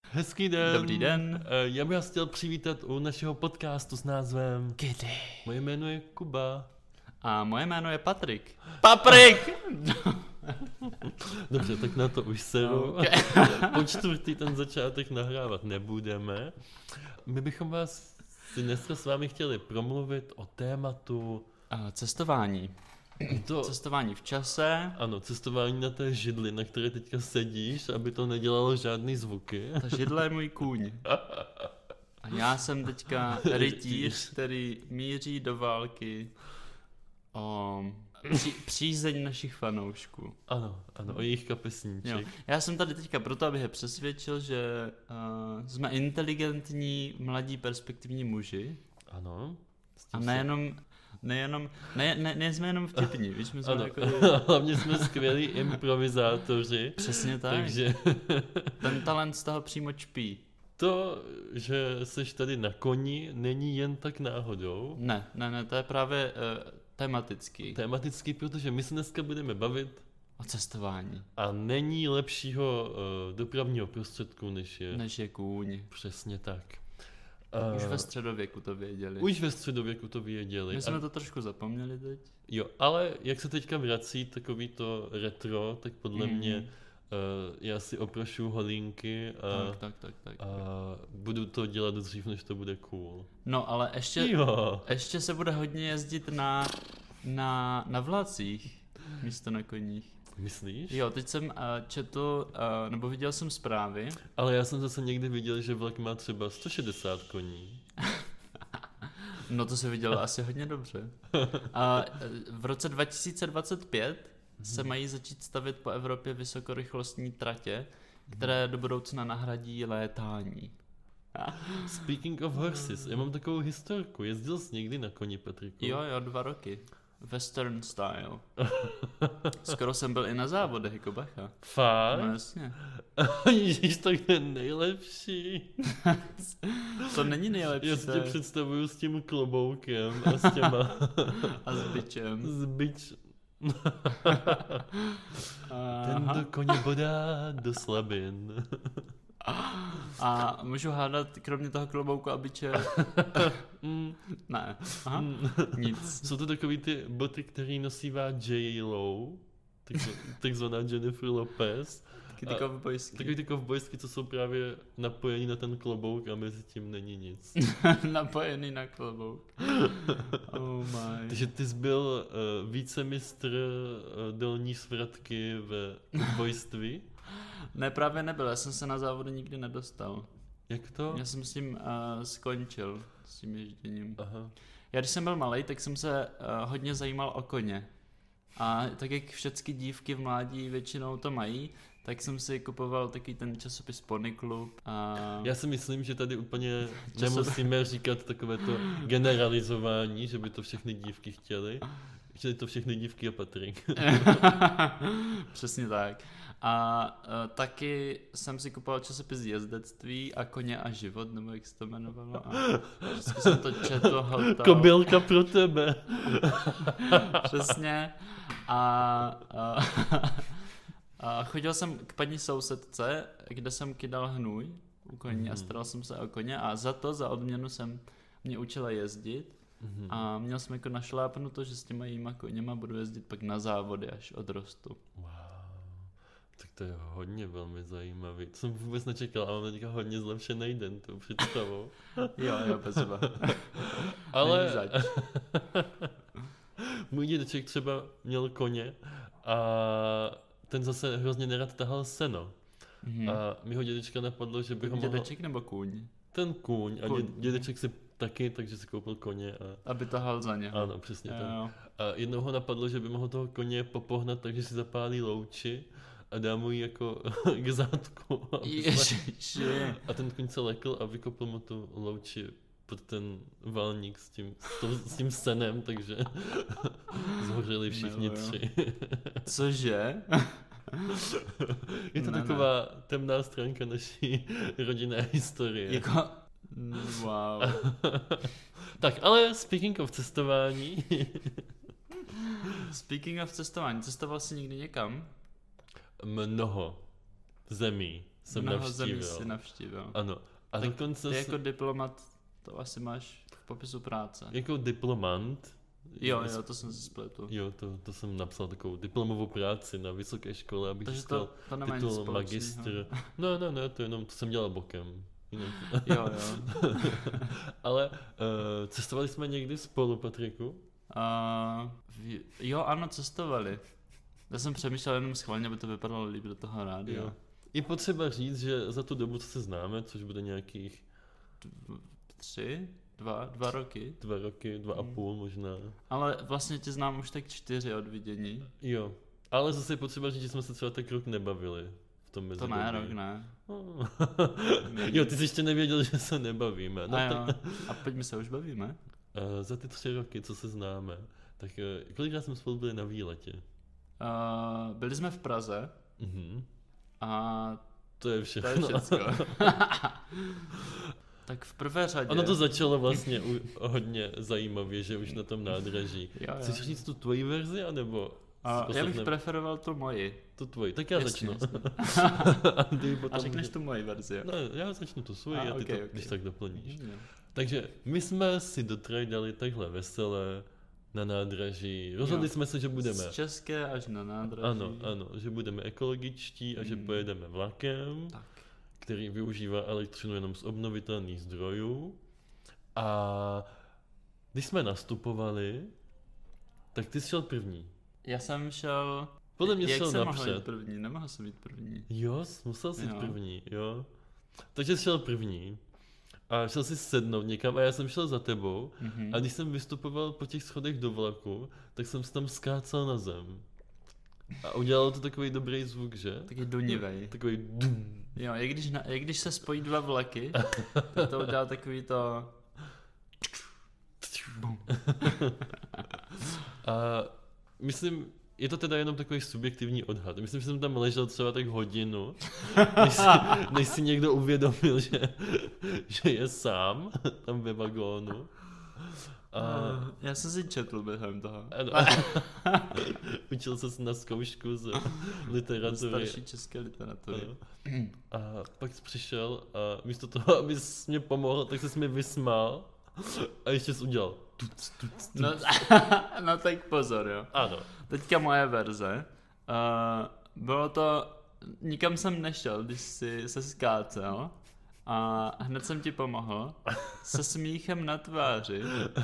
Hezký den. Dobrý den. Já bych vás chtěl přivítat u našeho podcastu s názvem Kdy? Moje jméno je Kuba. A moje jméno je Patrik. Paprik! Dobře, tak na to už sedu. No, okay. Po čtvrtý ten začátek nahrávat nebudeme. My bychom vás si dneska s vámi chtěli promluvit o tématu Cestování. Cestování v čase. Ano, cestování na té židli, na které teďka sedíš, aby to nedělalo žádný zvuky. Ta židle je můj kůň. A já jsem teďka rytíř, který míří do války o přízeň našich fanoušků. Ano, o jejich kapesníček. Jo. Já jsem tady teďka proto, abych je přesvědčil, že jsme inteligentní, mladí, perspektivní muži. Ano. A nejsme jenom vtipní, víš, my jsme ano, jako... hlavně jsme skvělí improvizátoři. Přesně tak. Takže ten talent z toho přímo čpí. To, že jsi tady na koni, není jen tak náhodou. Ne, to je právě tematický. Tematický, protože my se dneska budeme bavit o cestování. A není lepšího dopravního prostředku, než je kůň. Přesně tak. Už ve středověku to věděli. Už ve středověku to věděli. My jsme to trošku zapomněli teď. Jo, ale jak se teďka vrací takový to retro, tak podle mě já si oprašu holínky a budu to dělat dřív, než to bude cool. No, ale ještě se bude hodně jezdit na vlacích místo na koních. Myslíš? Jo, teď jsem četl, nebo viděl jsem zprávy. Ale já jsem zase někdy viděl, že vlak má třeba 160 koní. No to se vidělo asi hodně dobře. A v roce 2025 se mají začít stavět po Evropě vysokorychlostní tratě, které do budoucna nahradí létání. Speaking of horses, já mám takovou historku. Jezdil jsi někdy na koni, Patriku? Jo, 2 roky. Western style. Skoro jsem byl i na závodech, jako bacha. Fakt? No jasně. Ježíš, tak to je nejlepší. To není nejlepší. Já si tě představuju s tím kloboukem a s těma... a s bičem. Tento koně bodá do slabin. A můžu hádat, kromě toho klobouku a biče? Ne. Aha. Nic. Jsou to takový ty boty, který nosívá J.Lo, takzvaná Jennifer Lopez. Takový ty kovbojsky, co jsou právě napojení na ten klobouk a mezi tím není nic. Napojený na klobouk. Oh my. Takže ty jsi byl vícemistr dolní svratky ve kovbojství? Ne, právě nebyl, já jsem se na závody nikdy nedostal. Jak to? Já jsem s tím skončil, s tím ježděním. Aha. Já když jsem byl malej, tak jsem se hodně zajímal o koně. A tak jak všechny dívky v mládí většinou to mají, tak jsem si kupoval taky ten časopis Pony Club. Já si myslím, že tady úplně nemusíme říkat takovéto generalizování, že by to všechny dívky chtěly. Chtěli to všechny dívky a Patrik. Přesně tak. A taky jsem si kupoval časopis Jezdectví a Koně a život, nebo jak se to jmenovalo. A vždycky jsem to četl, hltal. Kobylka pro tebe. Přesně. A chodil jsem k paní sousedce, kde jsem kydal hnůj u koní a staral jsem se o koně a za odměnu mě učila jezdit. A měl jsem jako našlápnuto, že s těma jíma koněma budu jezdit pak na závody, až odrostu. Wow. Tak to je hodně velmi zajímavý. To jsem vůbec nečekal, ale mám teďka hodně zlepšený den tou představou. jo, bezva. Ale můj dědeček třeba měl koně a ten zase hrozně nerad tahal seno. A mýho dědečka napadlo, že by ho mohl... Dědeček nebo kůň? Ten kůň. A dědeček si taky, takže si koupil koně. Aby tahal za něho. Ano, přesně tak. A jednou ho napadlo, že by mohl toho koně popohnat, takže si zapálí louči a dá mu ji jako k zádku. A ten koň se lekl a vykopl mu tu louči pod ten valník s tím senem, takže zhořeli všichni 3. Cože? Je to taková temná stránka naší rodinné historie. Jako... Wow. Tak, ale speaking of cestování. Speaking of cestování, cestoval jsi někdy někam? Mnoho zemí. jsem mnoho zemí navštívil. si navštívil. Ano. A tak dokonce ty jako diplomat to asi máš v popisu práce. jako diplomant. Jo, to jsem si spletl. Jo, to jsem napsal takovou diplomovou práci na vysoké škole, abych Takže získal to nemá nic titul společného. magistr. Ne, to jsem dělal bokem. Jo. Ale cestovali jsme někdy spolu, Patriku? Jo, ano, cestovali. Já jsem přemýšlel jenom schválně, aby to vypadalo líp do toho rádia. Jo. Je potřeba říct, že za tu dobu, co se známe, což bude nějakých 2 roky. 2 roky, 2,5 možná. Ale vlastně tě znám už tak 4 od vidění. Jo, ale zase je potřeba říct, že jsme se třeba tak rok nebavili v tom mezidobí. To ne, rok ne. Jo, ty jsi ještě nevěděl, že se nebavíme. No, jo. A pojď, my se už bavíme. Za ty 3 roky, co se známe, tak kolikrát jsme spolu byli na výletě? Byli jsme v Praze. A to je všechno. To je všecko. Tak v prvé řadě... Ono to začalo vlastně hodně zajímavě, že už na tom nádraží. Jo. Chceš říct tu tvoji verzi, anebo... Já bych preferoval tu moji. Tu tvoji, tak já začnu. A řekneš tu moji verzi, jo? No, já začnu tu svoji a ty to když tak doplníš. Takže my jsme si do Traj dali takhle veselé na nádraží. Rozhodli jsme se, že budeme... Z České až na nádraží. Ano, že budeme ekologičtí a že pojedeme vlakem, který využívá elektřinu jenom z obnovitelných zdrojů. A když jsme nastupovali, tak ty jsi šel první. Já jsem šel... Podle mě jak šel jsem napřed. mohl jít první? Nemohl jsem být první. Jo, musel jsi jít první, jo. Takže jsi šel první. A šel si sednout někam a já jsem šel za tebou a když jsem vystupoval po těch schodech do vlaku, tak jsem se tam skácal na zem. A udělalo to takový dobrý zvuk, že? Taky dunivej. Takový dum. Jo, jak když se spojí 2 vlaky, tak to udělá takový to... A myslím, je to teda jenom takový subjektivní odhad. Myslím, že jsem tam ležel třeba tak hodinu, než si někdo uvědomil, že je sám tam ve vagónu. Já jsem si četl během toho. Ano. Učil se na zkoušku z literatury. Starší české literatury. A pak jsi přišel a místo toho, abys mě pomohl, tak jsi mi vysmál a ještě jsi udělal tuc. No tak pozor, jo. Ano. Teďka moje verze. Bylo to, nikam jsem nešel, když jsi se skácel a hned jsem ti pomohl se smíchem na tváři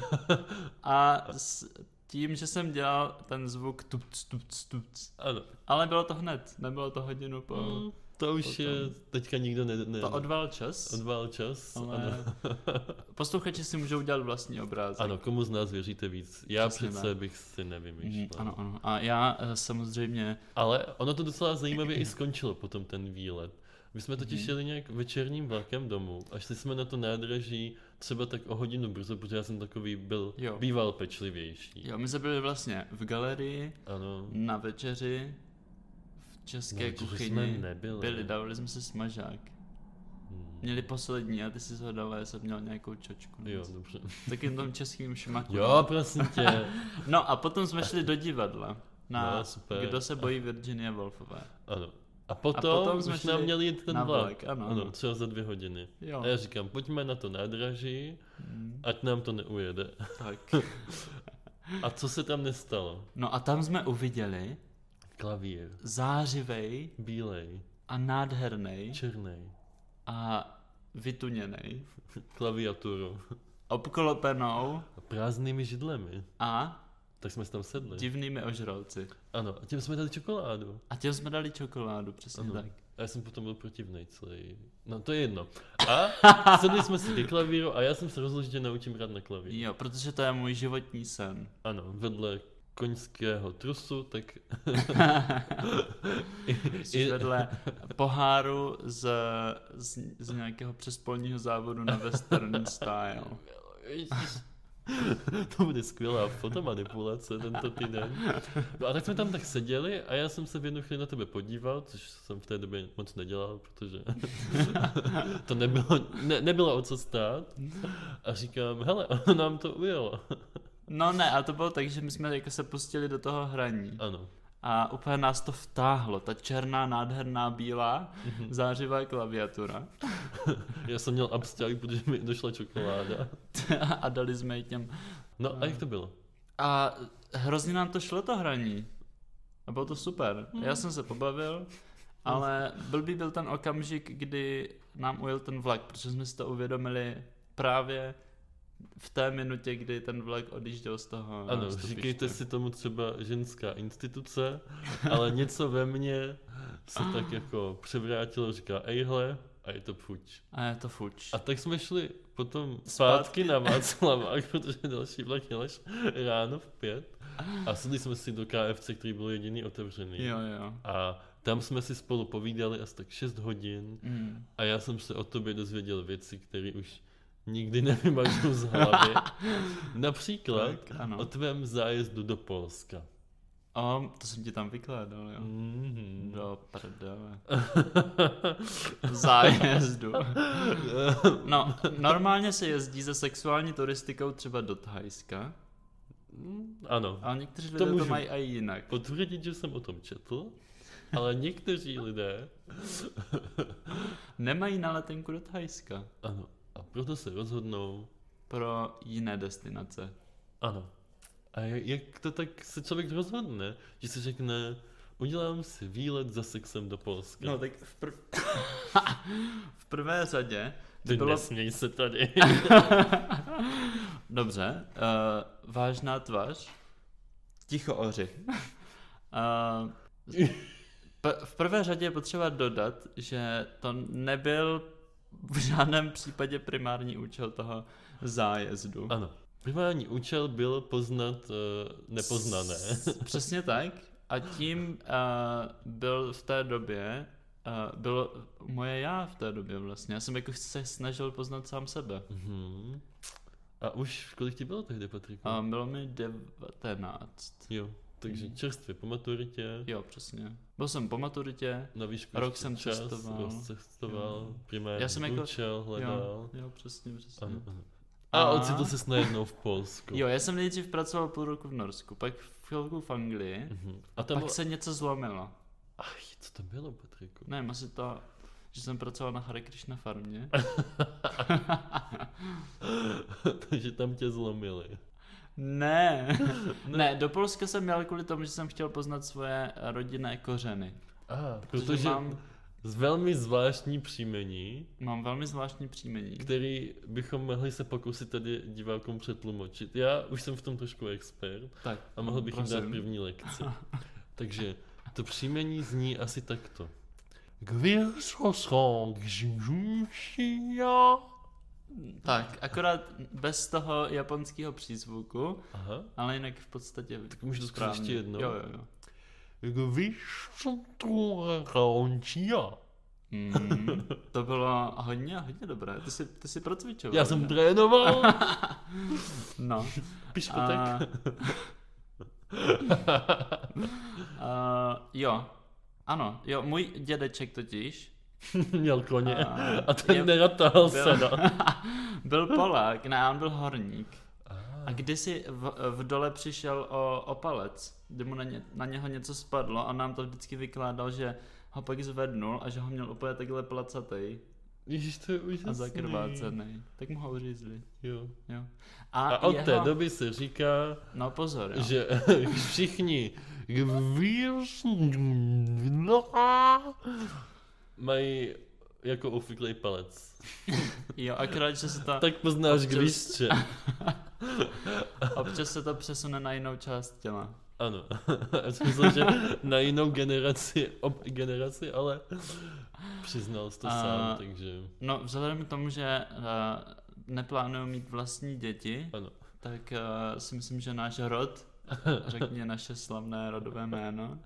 a s tím, že jsem dělal ten zvuk tuc. Ano. Ale bylo to hned, nebylo to hodinu po... To už je teďka nikdo ne. To odval čas. Ale... ano. Posluchači si můžou udělat vlastní obrázek. Ano, komu z nás věříte víc? Já přece bych si nevymýšlel. Ano. A já samozřejmě... Ale ono to docela zajímavě i skončilo potom ten výlet. My jsme totiž jeli nějak večerním vlakem domů a šli jsme na to nádraží třeba tak o hodinu brzo, protože já jsem takový býval pečlivější. Jo, my jsme byli vlastně v galerii, ano. Na večeři, v české kuchyni. Dávali jsme si smažák. Měli poslední a ty si ho dal, já jsem měl nějakou čočku. Jo, dobře. Takým tom českým šmaku. Jo, prosím tě. No a potom jsme šli do divadla. Super. Kdo se bojí Virginie Woolfové. Ano. A potom už nám měl jít ten vlak. Ano, třeba za 2 hodiny. Jo. A já říkám, pojďme na to nádraží, ať nám to neujede. Tak. A co se tam nestalo? No a tam jsme uviděli klavír. Zářivej. Bílej. A nádhernej. Černej. A vytuněnej. Klaviaturu. Obklopenou. A prázdnými židlemi. A tak jsme se tam sedli. Divnými ožralci. Ano, a těm jsme dali čokoládu. Přesně ano. tak. A já jsem potom byl protivnej celý. No to je jedno. A sedli jsme si ke klavíru a já jsem se rozhodl, že tě naučím hrát na klavír. Jo, protože to je můj životní sen. Ano, vedle koňského trusu, tak... vedle poháru z nějakého přespolního závodu na western style. To bude skvělá fotomanipulace tento týden. No a tak jsme tam tak seděli a já jsem se v jednu chvíli na tebe podíval, což jsem v té době moc nedělal, protože to nebylo o co stát. A říkám, hele, nám to ujelo. No ne, a to bylo tak, že my jsme jako se pustili do toho hraní. Ano. a úplně nás to vtáhlo. Ta černá, nádherná, bílá, zářivá klaviatura. Já jsem měl abstrakt, protože mi došla čokoláda. A dali jsme ji těm... No a jak to bylo? A hrozně nám to šlo to hraní. A bylo to super. Já jsem se pobavil, ale blbý byl ten okamžik, kdy nám ujel ten vlak, protože jsme si to uvědomili právě v té minutě, kdy ten vlak odjížděl z toho. Ano, říkejte si tomu třeba ženská instituce, ale něco ve mně se tak jako převrátilo, říká ejhle, a je to fuč. A je to fuč. A tak jsme šli potom zpátky na Václavák, protože další vlak měl až ráno v 5 a sedli jsme si do KFC, který byl jediný otevřený. Jo. A tam jsme si spolu povídali asi tak 6 hodin a já jsem se o tobě dozvěděl věci, které už nikdy nevymažu z hlavy. Například tak, o tvém zájezdu do Polska. To jsem ti tam vykládal, jo. Do prdele. Zájezdu. No, normálně se jezdí se sexuální turistikou třeba do Thajska. Ano. Ale někteří lidé to mají i jinak. Potvrdit, že jsem o tom četl, ale někteří lidé nemají na letenku do Thajska. Ano. A proto se rozhodnou pro jiné destinace. Ano. A jak to tak se člověk rozhodne, že si řekne, udělám si výlet za sexem do Polska. No tak v prvé řadě nesměj se tady. Dobře, vážná tvář, ticho oři. V prvé řadě je potřeba dodat, že to nebyl v žádném případě primární účel toho zájezdu. Ano. Primární účel byl poznat nepoznané. Přesně tak. A tím byl v té době, bylo moje já v té době vlastně. Já jsem jako se snažil poznat sám sebe. A už kolik ti bylo tehdy, Patriku? Bylo mi 19. Jo, takže čerstvě po maturitě. Jo, přesně. Byl jsem po maturitě, na výšku rok jsem cestoval. Primární účel hledal. Jo, přesně. Ano. A ocitl ses najednou v Polsku. Jo, já jsem nejdřív pracoval půl roku v Norsku, pak chvilku v Anglii a pak se něco zlomilo. Co to bylo, Patriku? Nevím, asi to, že jsem pracoval na Hare Krishna farmě. Takže tam tě zlomili. Ne, do Polska jsem jel kvůli tomu, že jsem chtěl poznat svoje rodinné kořeny. Protože mám velmi zvláštní příjmení. Mám velmi zvláštní příjmení. Který bychom mohli se pokusit tady divákům přetlumočit. Já už jsem v tom trošku expert a mohl bych jim dát první lekci. Takže to příjmení zní asi takto. Tak, akorát bez toho japonského přízvuku, ale jinak v podstatě... Tak můžu to zkusit ještě jednou? Jo. To bylo hodně hodně dobré. Ty jsi procvičoval. Já jsem trénoval. No. Piškotek. Jo. Ano. Jo, můj dědeček totiž měl koně a ten neratahal sena. Byl Polák, ne, on byl horník. A kdysi v dole přišel o palec, kdy mu na něho něco spadlo a nám to vždycky vykládal, že ho pak zvednul a že ho měl úplně takhle placatej. Ježiš, to je úžasný. A zakrvácený. Tak mu ho uřízli. Jo. A od té doby se říká, no pozor, jo. Že všichni mají jako ufiklej palec. Jo, akorát, že se to... Tak poznáš gvizdče. Občas se to přesune na jinou část těla. Ano. Já jsem myslel, že na jinou generaci, ale přiznal jsi to sám, takže... No, vzhledem k tomu, že neplánuju mít vlastní děti, tak si myslím, že náš rod, řekni naše slavné rodové jméno,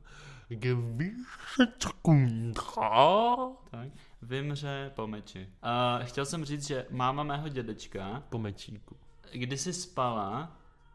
tak, vymře po meči. Chtěl jsem říct, že máma mého dědečka po mečíku kdysi spala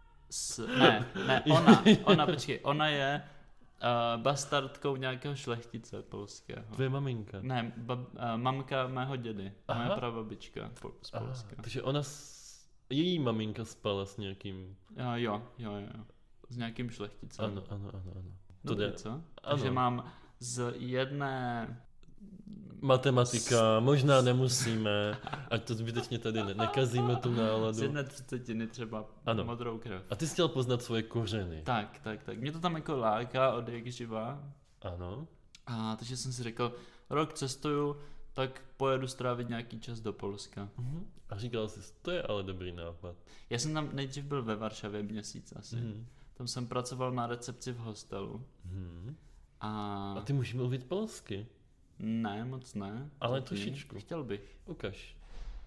ona je bastardkou nějakého šlechtice polského. Tvoje maminka? Ne, mamka mého dědy, moje prababička z Polska. Takže její maminka spala s nějakým... Jo, s nějakým šlechticem. Ano. Dobrý, co? Takže mám z jedné... Matematika, možná nemusíme, ať to zbytečně tady nekazíme tu náladu. Z 1/30 třeba modrou krev. A ty jsi chtěl poznat svoje kořeny. Tak. Mě to tam jako láká od jak živa. Ano. A takže jsem si řekl, rok cestuju, tak pojedu strávit nějaký čas do Polska. A říkal jsi, to je ale dobrý nápad. Já jsem tam nejdřív byl ve Varšavě měsíc asi. Tam jsem pracoval na recepci v hostelu. A ty můžeš mluvit polsky? Ne, moc ne. Ale trošičku. Chtěl bych. Ukaž.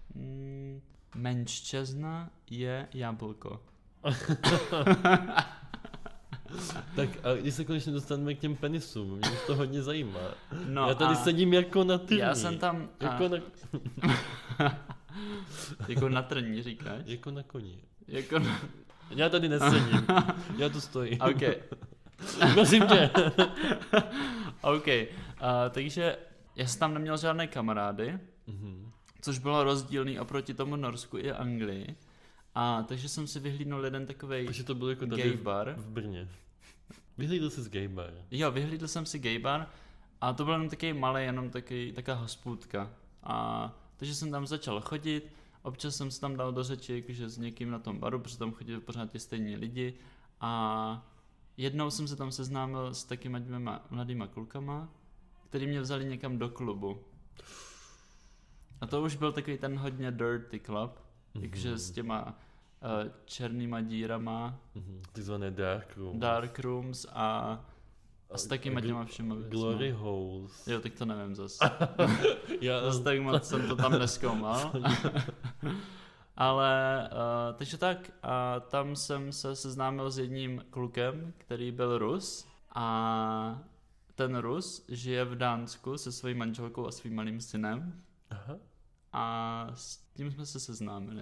Menščezna je jablko. Tak a když se konečně dostaneme k těm penisům, mě to hodně zajímá. No já tady sedím jako na trní. Já jsem tam... Jako na trní říkáš? Jako na koni. Jako na... Já tady nesedím, já tu stojím. OK. Prosím tě. OK, takže já jsem tam neměl žádné kamarády, což bylo rozdílný oproti tomu Norsku i Anglii. A takže jsem si vyhlídnul jeden takovej takže to bylo jako gay bar. V Brně. Vyhlídl jsi gay bar? Jo, vyhlídl jsem si gay bar a to byl jenom takový malý, jenom taková hospůdka. A takže jsem tam začal chodit, občas jsem se tam dal do řeči jakože s někým na tom baru, protože tam chodili pořád ty stejní lidi. A jednou jsem se tam seznámil s takýma dvěma mladýma klukama, který mě vzali někam do klubu. A to už byl takový ten hodně dirty club, takže s těma černýma dírama. Takzvané dark rooms a s takýma těma všema věcma. Glory holes. Jo, tak to nevím zase. Zase tak moc jsem to tam nezkoumal. Ale, takže tak, a tam jsem se seznámil s jedním klukem, který byl Rus a ten Rus žije v Dánsku se svojí manželkou a svým malým synem. Aha. A s tím jsme se seznámili.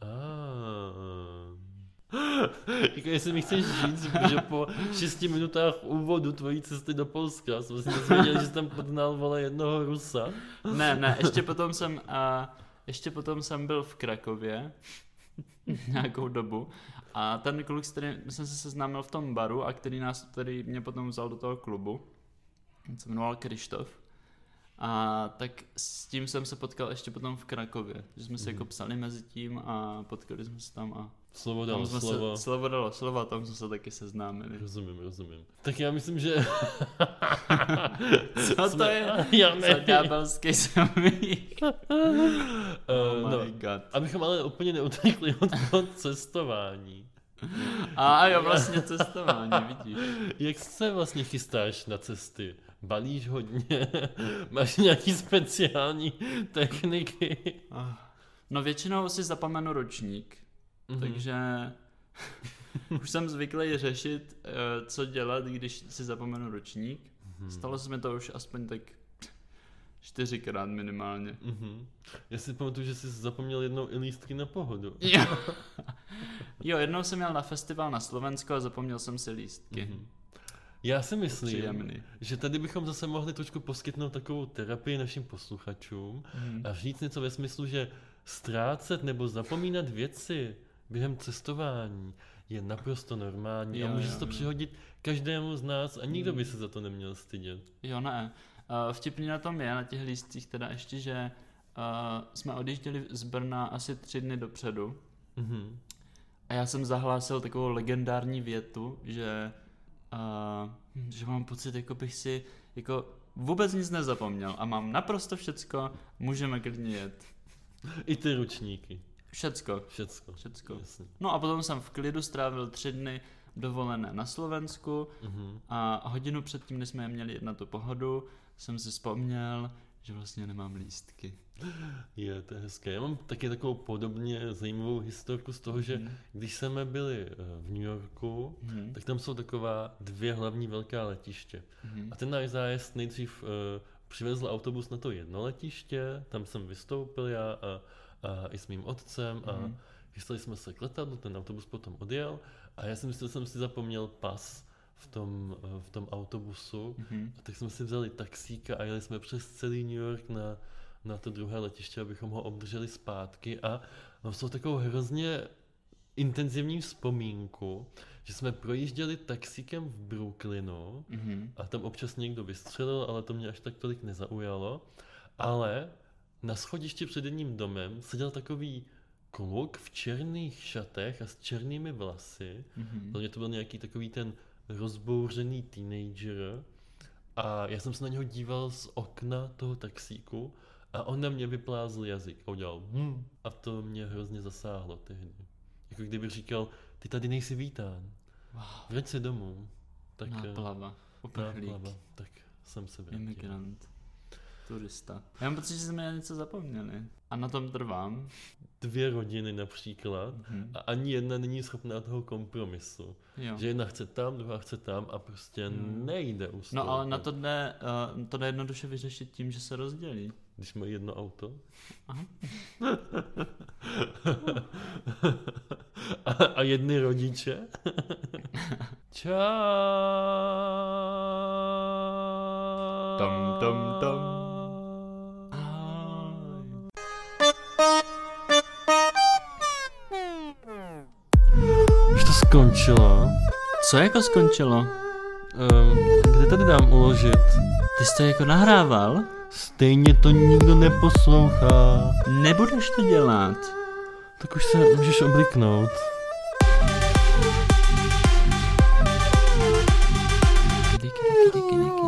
Jako jestli mi chceš říct, že po 6 minutách úvodu tvojí cesty do Polska jsem si dozvěděl, že jsi tam podnal vole jednoho Rusa. Ne, ještě potom jsem byl v Krakově nějakou dobu a ten kluk, s kterým jsem se seznámil v tom baru a který mě potom vzal do toho klubu, se jmenoval Krištof. A tak s tím jsem se potkal ještě potom v Krakově, že jsme si jako psali mezi tím a potkali jsme se tam a slovo dalo slovo. Slovo dalo slovo a tam jsme se taky seznámili. Rozumím. Tak já myslím, že... Co to je? Za ďábelský semík. Oh my god. Abychom ale úplně neutekli od toho cestování. A jo, vlastně cestování, vidíš. Jak se vlastně chystáš na cesty? Balíš hodně? Máš nějaký speciální techniky? No většinou si zapomenu ročník, takže už jsem zvyklý řešit, co dělat, když si zapomenu ročník. Stalo se mi to už aspoň tak 4krát minimálně. Já si pamatuju, že jsi zapomněl jednou i lístky na pohodu. Jo, jednou jsem měl na festival na Slovensko a zapomněl jsem si lístky. Já si myslím, že tady bychom zase mohli trošku poskytnout takovou terapii našim posluchačům a říct něco ve smyslu, že ztrácet nebo zapomínat věci během cestování je naprosto normální a může se to přihodit každému z nás a nikdo by se za to neměl stydět. Jo, ne. Vtipný na tom je, na těch lístcích teda ještě, že jsme odjížděli z Brna asi 3 dny dopředu a já jsem zahlásil takovou legendární větu, že mám pocit, jako bych si jako vůbec nic nezapomněl a mám naprosto všecko, můžeme klidně jet. I ty ručníky. Všecko. Jasně. No a potom jsem v klidu strávil 3 dny dovolené na Slovensku a hodinu předtím, než jsme měli jet na tu pohodu, jsem si vzpomněl, že vlastně nemám lístky. Je, to je hezké. Já mám taky takovou podobně zajímavou historku z toho, že když jsme byli v New Yorku, tak tam jsou taková 2 hlavní velká letiště. A ten náš zájezd nejdřív přivezl autobus na to jedno letiště, tam jsem vystoupil já a i s mým otcem a chystali jsme se k letadlu, ten autobus potom odjel a já si myslel, že jsem si zapomněl pas v tom autobusu a tak jsme si vzali taxíka a jeli jsme přes celý New York na to druhé letiště, abychom ho obdrželi zpátky a mám s tou takovou hrozně intenzivní vzpomínku, že jsme projížděli taxíkem v Brooklynu a tam občas někdo vystřelil, ale to mě až tak tolik nezaujalo. Ale na schodišti před jedním domem seděl takový kluk v černých šatech a s černými vlasy. Hlavně to byl nějaký takový ten rozbouřený teenager. A já jsem se na něho díval z okna toho taxíku a on na mě vyplázl jazyk a udělal a to mě hrozně zasáhlo tehdy. Jako kdyby říkal, ty tady nejsi vítán. Vrať se domů. Tak, náplava, uprchlík. Tak jsem se vrátil. Imigrant. Turista. Já mám pocit, že jsme na něco zapomněli. A na tom trvám. 2 rodiny například a ani jedna není schopná toho kompromisu. Jo. Že jedna chce tam, druhá chce tam a prostě nejde ustoupit. No ale na to jde jednoduše vyřešit tím, že se rozdělí. Když mají jedno auto. Aha. a jedny rodiče. Čau. Tam, tam, tam. Už to skončilo. Co jako skončilo? Kde tady dám uložit? Ty jsi to jako nahrával? Stejně to nikdo neposlouchá. Nebudeš to dělat. Tak už se můžeš obliknout. Kdy.